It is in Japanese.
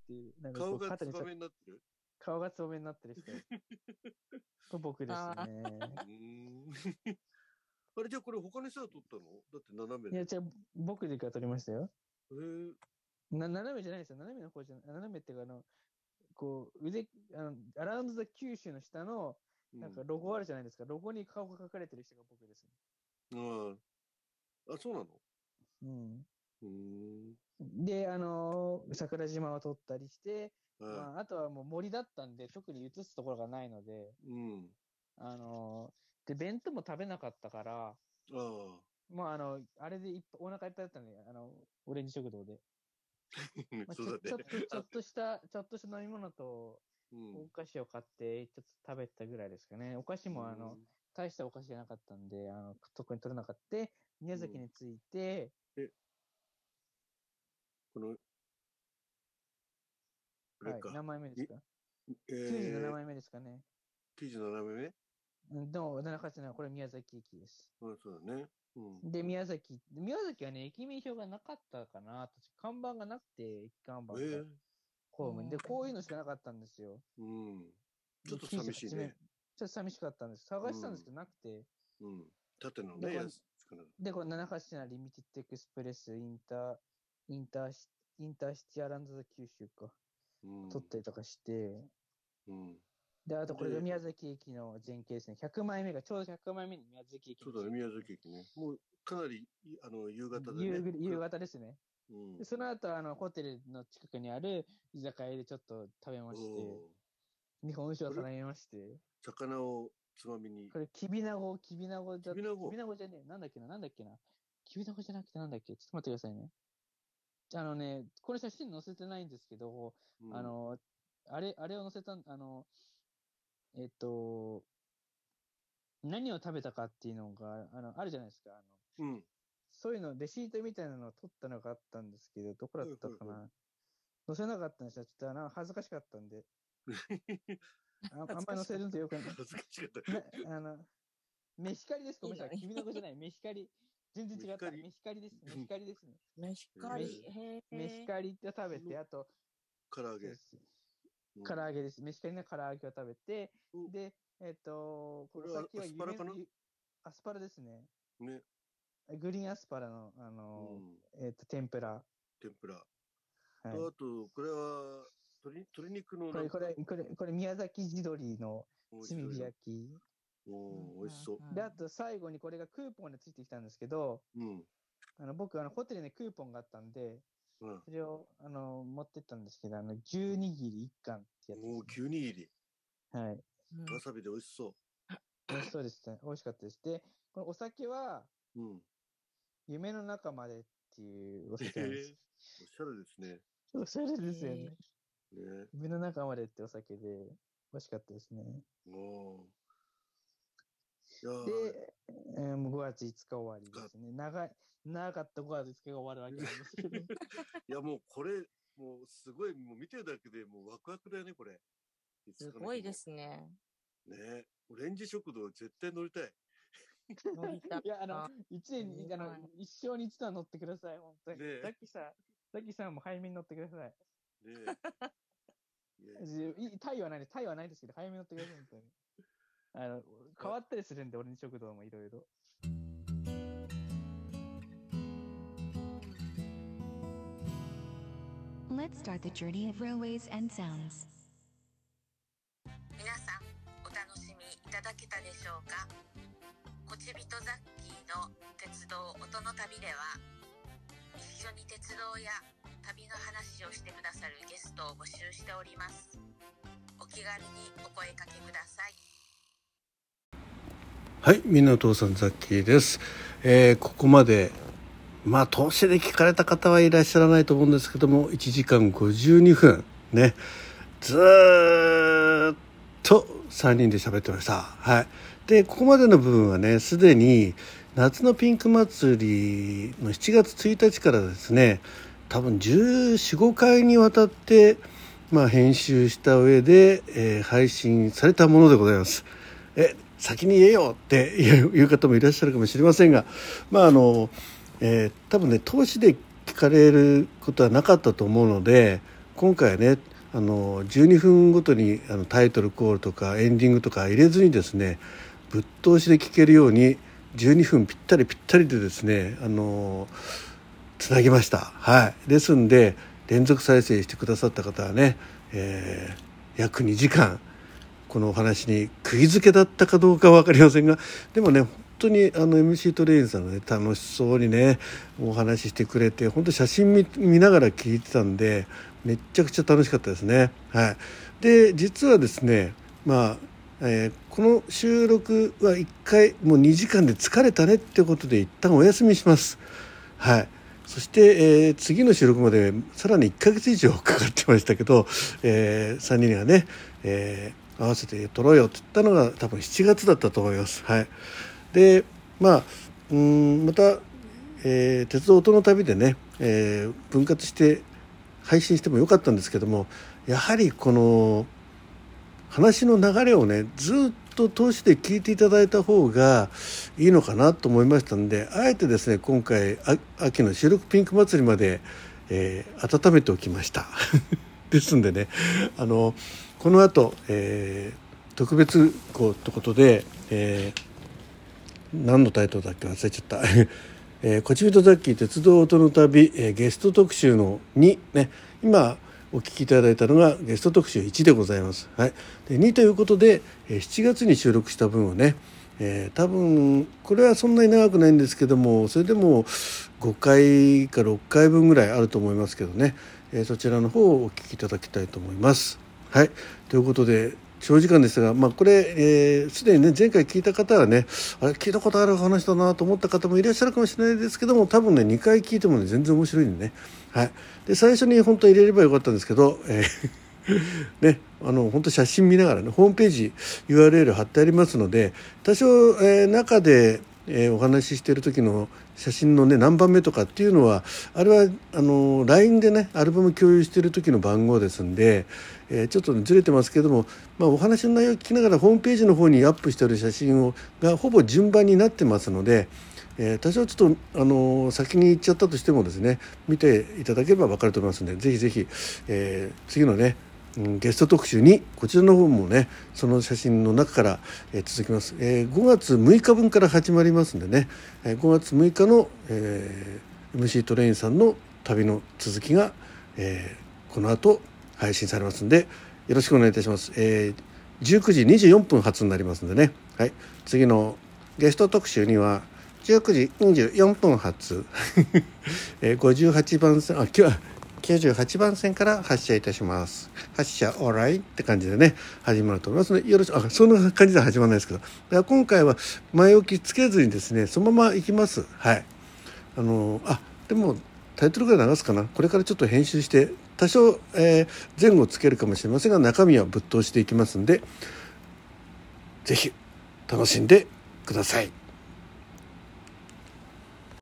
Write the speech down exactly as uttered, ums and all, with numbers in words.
っていう、なんかこ顔う肩にさがツバメになってる。 顔がつぼめになってる人。これ僕ですあね。 うーんあれじゃあこれ他の人が撮ったの？だって斜めで。 いや、じゃあ僕でから撮りましたよ。 えー、 な斜めじゃないですよ。斜めの方じゃない。斜めっていうか、あの、こう、腕、あの、アラウンドザ九州の下の、なんかロゴあるじゃないですか。ロゴに顔が描かれてる人が僕ですね。 うん。ああ、そうなの？ うん。 うーん。 で、あのー桜島を撮ったりして、 はい。 まあ、あとはもう森だったんで、特に映すところがないので、 うん。 あのーで、弁当も食べなかったから、 ああ。 もうあの、あれでいっぱいお腹いっぱいだったんで、あの、オレンジ食堂で。まあ、ちょそうだね。 ちょっと、ちょっとした、ちょっとした飲み物と、 うん。 お菓子を買って、ちょっと食べたぐらいですかね。お菓子もあの、大したお菓子じゃなかったんで、あの、特に取れなかった。宮崎に着いて、 うん、え、この、あれか。 はい、何枚目ですか？ えー、 きゅうじゅうななまいめですかね。 きゅうじゅうななまいめ？ うんでも、ななかつなこれ宮崎駅です。 うん、そうだね。うん。 で、宮崎、宮崎はね、駅名表がなかったかな。私、看板がなくて、駅看板が。 えー、 ホームに。で、こういうのしかなかったんですよ。 うん。ちょっと寂しいね。 ちょっと寂しかったんです。探したんですけど、なくて。 うん。縦のね、やつかな。 で、これ、ななはちなリミテッドエクスプレス、インター、インターシ、インターシティアランドザ九州か。うん、撮ったりとかして、うん。で、あとこれが宮崎駅の前景ですね。ひゃくまいめが、ちょうどひゃくまいめに宮崎駅。 そうだね、宮崎駅ね。もう、かなり、あの、夕方だね。 夕夕方ですね。 うん、 でその後、あの、ホテルの近くにある居酒屋でちょっと食べまして、日本酒を頼みまして。 魚をつまみに。 これ、きびなご、きびなごだ、きびなごきびなごじゃねえ。なんだっけな、なんだっけな。きびなごじゃなくてなんだっけ。ちょっと待ってくださいね。あのね、これ写真載せてないんですけど、うん、あの、あれ、あれを載せた、あの、えっと、何を食べたかっていうのが、あの、あるじゃないですか。あの、うん、そういうの、レシートみたいなのを取ったのがあったんですけど、どこだったかな。はいはいはい、載せなかったんですよ。ちょっとあの、恥ずかしかったんで。あ, あんまり載せるんでよくない。 恥ずかしかった。 あの、飯狩りです。ごめんなさい。きびなごじゃない。飯狩り。全然違った。飯狩りです。飯狩りですね。 飯狩り。へ飯狩りって食べて、あと、 唐揚げ。 唐揚げです。飯狩りの唐揚げを食べて、で、えっと、 これはアスパラかな？ アスパラですね。 ね。 グリーンアスパラの、あの、えっと、天ぷら。 天ぷら。はい。あと、これは、鶏、鶏肉のこれ、これ、これ、これ、宮崎地鶏の炭火焼き。 おー、美味しそう。 で、あと最後にこれがクーポンでついてきたんですけど、うん、あの僕、あの、ホテルにクーポンがあったんで、うん、それを、あの、持ってったんですけど、あの、じゅうにぎりいっ貫ってやつ、ね。 おー、きゅうにぎり。 はい。 わさびで美味しそう。 美味しそうですね。美味しかったです。で、このお酒は、うん、夢の中までっていうお酒なんです。 えー、おしゃれですね。 おしゃれですよね。ね、夢の中までってお酒で、美味しかったですね。おで、えー、もうごがついつか終わりですね。長い、長かったごがついつかが終わるわけなんですけど。いや、もうこれ、もうすごい、もう見てるだけでもうワクワクだよね、これ。 すごいですね。 ね、オレンジ食堂絶対乗りたい。 乗りたい。いや、あの、一年に、あの、一生に一度は乗ってください、本当に。ね、さっきさ、さっきさんも早めに乗ってください。ねえ。タイはないです、タイはないですけど、早めに乗ってください、本当に。あの、変わったりするんで、オレンジ食堂もいろいろ。 Let's start the journey of railways and sounds. 皆さん、お楽しみいただけたでしょうか。こちびとザッキーの鉄道音の旅では、一緒に鉄道や旅の話をしてくださるゲストを募集しております。お気軽にお声かけください。 はい、みんなお父さんザッキーです。えー、ここまでまあ投資で聞かれた方はいらっしゃらないと思うんですけども、いちじかんごじゅうにふんね、ずーっとさんにんで喋ってました。はい。で、ここまでの部分はね、すでに夏のピンク祭りのしちがつついたちからですね、多分じゅうよん、ごかいにわたってまあ編集した上で、えー、配信されたものでございます。え、先に言えよっていう方もいらっしゃるかもしれませんが、まああの、えー、多分ね、投資で聞かれることはなかったと思うので、 今回はねあのじゅうにふんごとにあのタイトルコールとかエンディングとか入れずにですねぶっ通しで聴けるようにじゅうにふんぴったりぴったりでですねあのつなぎました。はい、ですんで連続再生してくださった方はね、えー、約にじかんこのお話に釘付けだったかどうかは分かりませんが、でもね本当にあの エムシー トレインさんがね楽しそうにねお話ししてくれて、本当写真 見, 見ながら聞いてたんでめっちゃくちゃ楽しかったですね。はい、で実はですねまあ、えー、この収録はいっかいもうにじかんで疲れたねってことで一旦お休みします。はい、そして、えー、次の収録までさらにいっかげつ以上かかってましたけど、えー、さんにんがね、えー合わせて撮ろうよって言ったのが多分しちがつだったと思います。はい、でまあうーんまた、えー、鉄道音の旅でね、えー、分割して配信してもよかったんですけども、やはりこの話の流れをねずっと通して聞いていただいた方がいいのかなと思いましたので、あえてですね今回秋の収録ピンク祭りまで、えー、温めておきましたですんでねあのこの後、えー、特別号ってことで、えー、何のタイトルだっけ忘れちゃったえー、こちびとザッキー鉄道音の旅、えー、ゲスト特集のにね、今お聞きいただいたのがゲスト特集いちでございます。はい、でにということで、えー、しちがつに収録した分をね、えー、多分これはそんなに長くないんですけども、それでもごかいかろっかいぶんぐらいあると思いますけどね、えー、そちらの方をお聞きいただきたいと思います。はい、ということで長時間ですが、まあ、これすで、えー、にね前回聞いた方はねあれ聞いたことある話だなと思った方もいらっしゃるかもしれないですけども、多分ねにかい聞いてもね全然面白いんでね。はい、で最初に本当は入れればよかったんですけど、えーね、あの本当写真見ながらねホームページ ユーアールエル 貼ってありますので、多少、えー、中で、えー、お話ししている時の写真のね何番目とかっていうのはあれはあの ライン でねアルバム共有している時の番号ですんで、えー、ちょっと、ね、ずれてますけども、まあ、お話の内容を聞きながらホームページの方にアップしている写真をがほぼ順番になってますので、えー、多少ちょっと、あのー、先に行っちゃったとしてもですね見ていただければ分かると思いますので、ぜひぜひ、えー、次のねゲスト特集にこちらの方もねその写真の中から、えー、続きます、えー、ごがつむいかぶんから始まりますんでね、えー、ごがつむいかの、えー、エムシー トレインさんの旅の続きが、えー、この後配信されますんでよろしくお願いいたします。えー、じゅうくじにじゅうよんぷん発になりますんでね、はい、次のゲスト特集にはじゅうくじにじゅうよんぷん発、えー、ごじゅうはちばん線あ今日はきゅうじゅうはちばん線から発車いたします。発車オーライって感じでね始まると思いますのでよろしく。あそんな感じでは始まらないですけど、だから今回は前置きつけずにですねそのまま行きます。はい、あのあでもタイトルぐらい流すかな。これからちょっと編集して多少、えー、前後つけるかもしれませんが中身はぶっ通していきますんでぜひ楽しんでください。